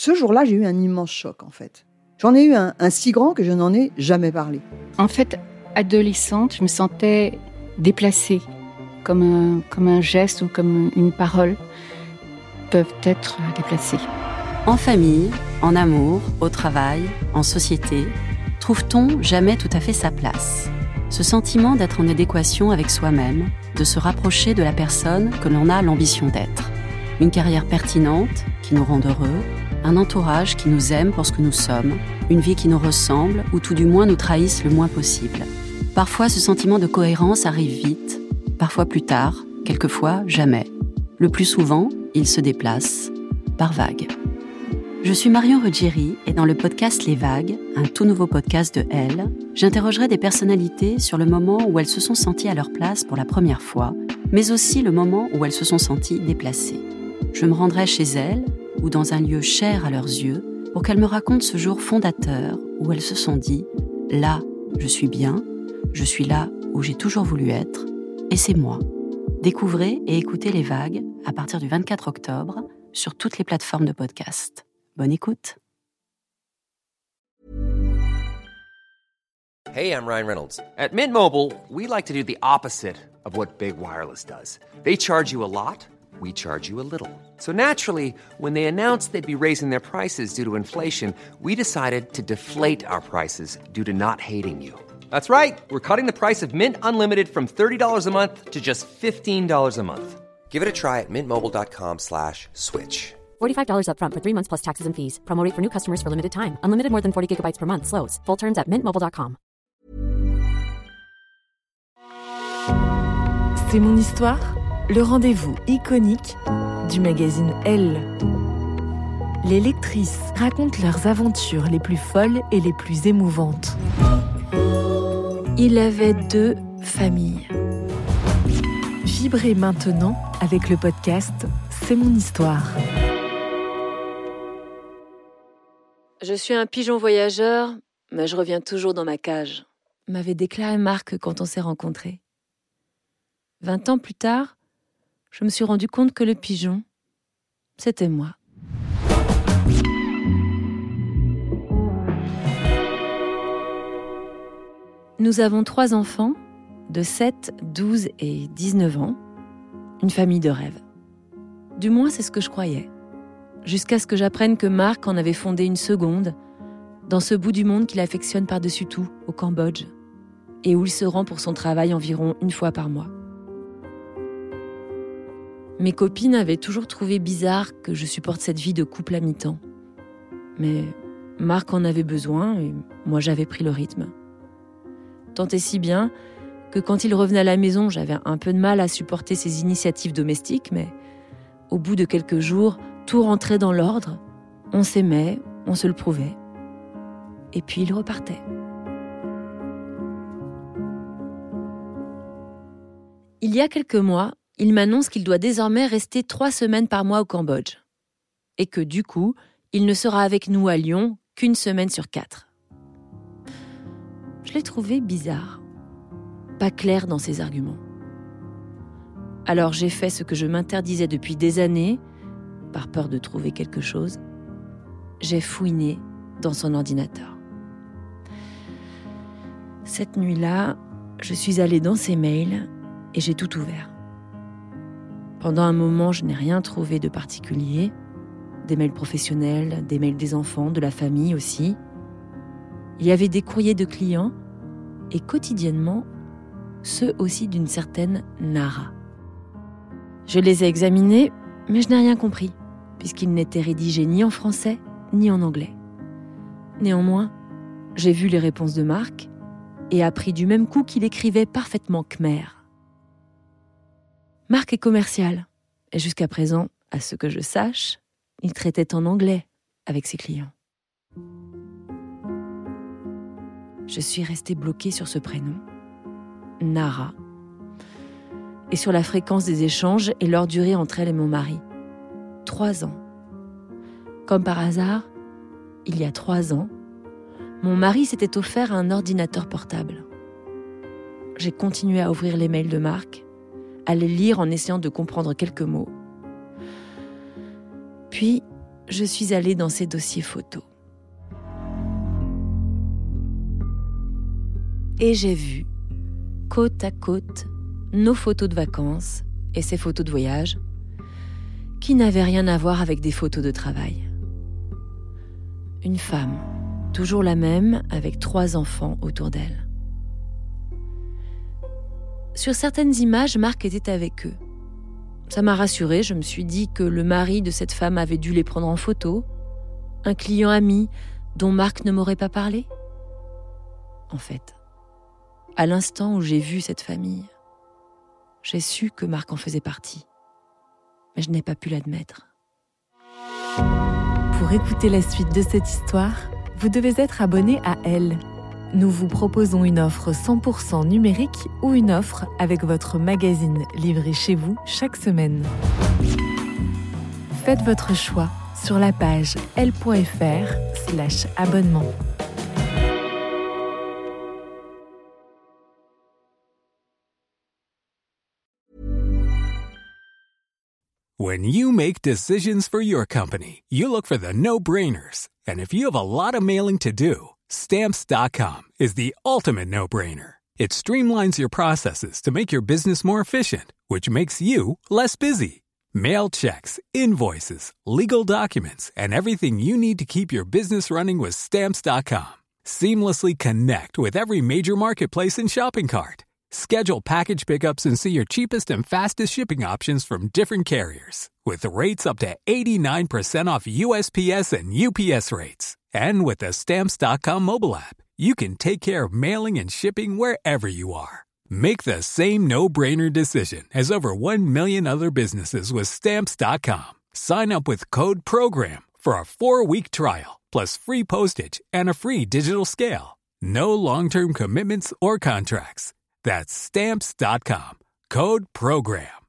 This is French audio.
Ce jour-là, j'ai eu un immense choc, en fait. J'en ai eu un si grand que je n'en ai jamais parlé. En fait, adolescente, je me sentais déplacée, comme un geste ou comme une parole peuvent être déplacées. En famille, en amour, au travail, en société, trouve-t-on jamais tout à fait sa place ? Ce sentiment d'être en adéquation avec soi-même, de se rapprocher de la personne que l'on a l'ambition d'être. Une carrière pertinente qui nous rend heureux, un entourage qui nous aime pour ce que nous sommes, une vie qui nous ressemble ou tout du moins nous trahisse le moins possible. Parfois, ce sentiment de cohérence arrive vite, parfois plus tard, quelquefois jamais. Le plus souvent, il se déplace par vagues. Je suis Marion Ruggieri et dans le podcast Les Vagues, un tout nouveau podcast de Elle, j'interrogerai des personnalités sur le moment où elles se sont senties à leur place pour la première fois, mais aussi le moment où elles se sont senties déplacées. Je me rendrai chez elles ou dans un lieu cher à leurs yeux pour qu'elles me racontent ce jour fondateur où elles se sont dit « Là, je suis bien, je suis là où j'ai toujours voulu être, et c'est moi ». Découvrez et écoutez Les Vagues à partir du 24 octobre sur toutes les plateformes de podcast. Bonne écoute. Hey, I'm Ryan Reynolds. At Mint Mobile, we like to do the opposite of what Big Wireless does. They charge you a lot, we charge you a little. So naturally, when they announced they'd be raising their prices due to inflation, we decided to deflate our prices due to not hating you. That's right. We're cutting the price of Mint Unlimited from $30 a month to just $15 a month. Give it a try at mintmobile.com/switch. $45 up front for 3 months plus taxes and fees. Promo rate for new customers for limited time. Unlimited more than 40 gigabytes per month. Slows full terms at mintmobile.com. C'est mon histoire, le rendez-vous iconique du magazine Elle. Les lectrices racontent leurs aventures les plus folles et les plus émouvantes. Il avait 2 familles. Vibrez maintenant avec le podcast C'est mon histoire. Je suis un pigeon voyageur, mais je reviens toujours dans ma cage, m'avait déclaré Marc quand on s'est rencontrés. 20 ans plus tard, je me suis rendu compte que le pigeon, c'était moi. Nous avons 3 enfants, de 7, 12 et 19 ans, une famille de rêve. Du moins, c'est ce que je croyais. Jusqu'à ce que j'apprenne que Marc en avait fondé une seconde, dans ce bout du monde qu'il affectionne par-dessus tout, au Cambodge, et où il se rend pour son travail environ 1 fois par mois. Mes copines avaient toujours trouvé bizarre que je supporte cette vie de couple à mi-temps. Mais Marc en avait besoin et moi j'avais pris le rythme. Tant et si bien que quand il revenait à la maison, j'avais un peu de mal à supporter ses initiatives domestiques, mais au bout de quelques jours, tout rentrait dans l'ordre, on s'aimait, on se le prouvait. Et puis il repartait. Il y a quelques mois, il m'annonce qu'il doit désormais rester 3 semaines par mois au Cambodge. Et que du coup, il ne sera avec nous à Lyon qu'1 semaine sur 4. Je l'ai trouvé bizarre, pas clair dans ses arguments. Alors j'ai fait ce que je m'interdisais depuis des années, par peur de trouver quelque chose. J'ai fouiné dans son ordinateur. Cette nuit-là, je suis allée dans ses mails et j'ai tout ouvert. Pendant un moment, je n'ai rien trouvé de particulier. Des mails professionnels, des mails des enfants, de la famille aussi. Il y avait des courriers de clients et quotidiennement, ceux aussi d'une certaine Nara. Je les ai examinés, mais je n'ai rien compris, puisqu'ils n'étaient rédigés ni en français, ni en anglais. Néanmoins, j'ai vu les réponses de Marc et appris du même coup qu'il écrivait parfaitement khmer. Marc est commercial, et jusqu'à présent, à ce que je sache, il traitait en anglais avec ses clients. Je suis restée bloquée sur ce prénom, Nara, et sur la fréquence des échanges et leur durée entre elle et mon mari. 3 ans. Comme par hasard, il y a 3 ans, mon mari s'était offert un ordinateur portable. J'ai continué à ouvrir les mails de Marc, à les lire en essayant de comprendre quelques mots. Puis, je suis allée dans ses dossiers photos. Et j'ai vu, côte à côte, nos photos de vacances et ses photos de voyage, qui n'avaient rien à voir avec des photos de travail. Une femme, toujours la même, avec 3 enfants autour d'elle. Sur certaines images, Marc était avec eux. Ça m'a rassurée, je me suis dit que le mari de cette femme avait dû les prendre en photo, un client ami dont Marc ne m'aurait pas parlé. En fait, à l'instant où j'ai vu cette famille, j'ai su que Marc en faisait partie. Mais je n'ai pas pu l'admettre. Pour écouter la suite de cette histoire, vous devez être abonné à Elle. Nous vous proposons une offre 100% numérique ou une offre avec votre magazine livré chez vous chaque semaine. Faites votre choix sur la page elle.fr/abonnement. When you make decisions for your company, you look for the no-brainers. And if you have a lot of mailing to do, Stamps.com is the ultimate no-brainer. It streamlines your processes to make your business more efficient, which makes you less busy. Mail checks, invoices, legal documents, and everything you need to keep your business running with Stamps.com. Seamlessly connect with every major marketplace and shopping cart. Schedule package pickups and see your cheapest and fastest shipping options from different carriers, with rates up to 89% off USPS and UPS rates. And with the Stamps.com mobile app, you can take care of mailing and shipping wherever you are. Make the same no-brainer decision as over 1 million other businesses with Stamps.com. Sign up with code PROGRAM for a 4-week trial, plus free postage and a free digital scale. No long-term commitments or contracts. That's Stamps.com. Code PROGRAM.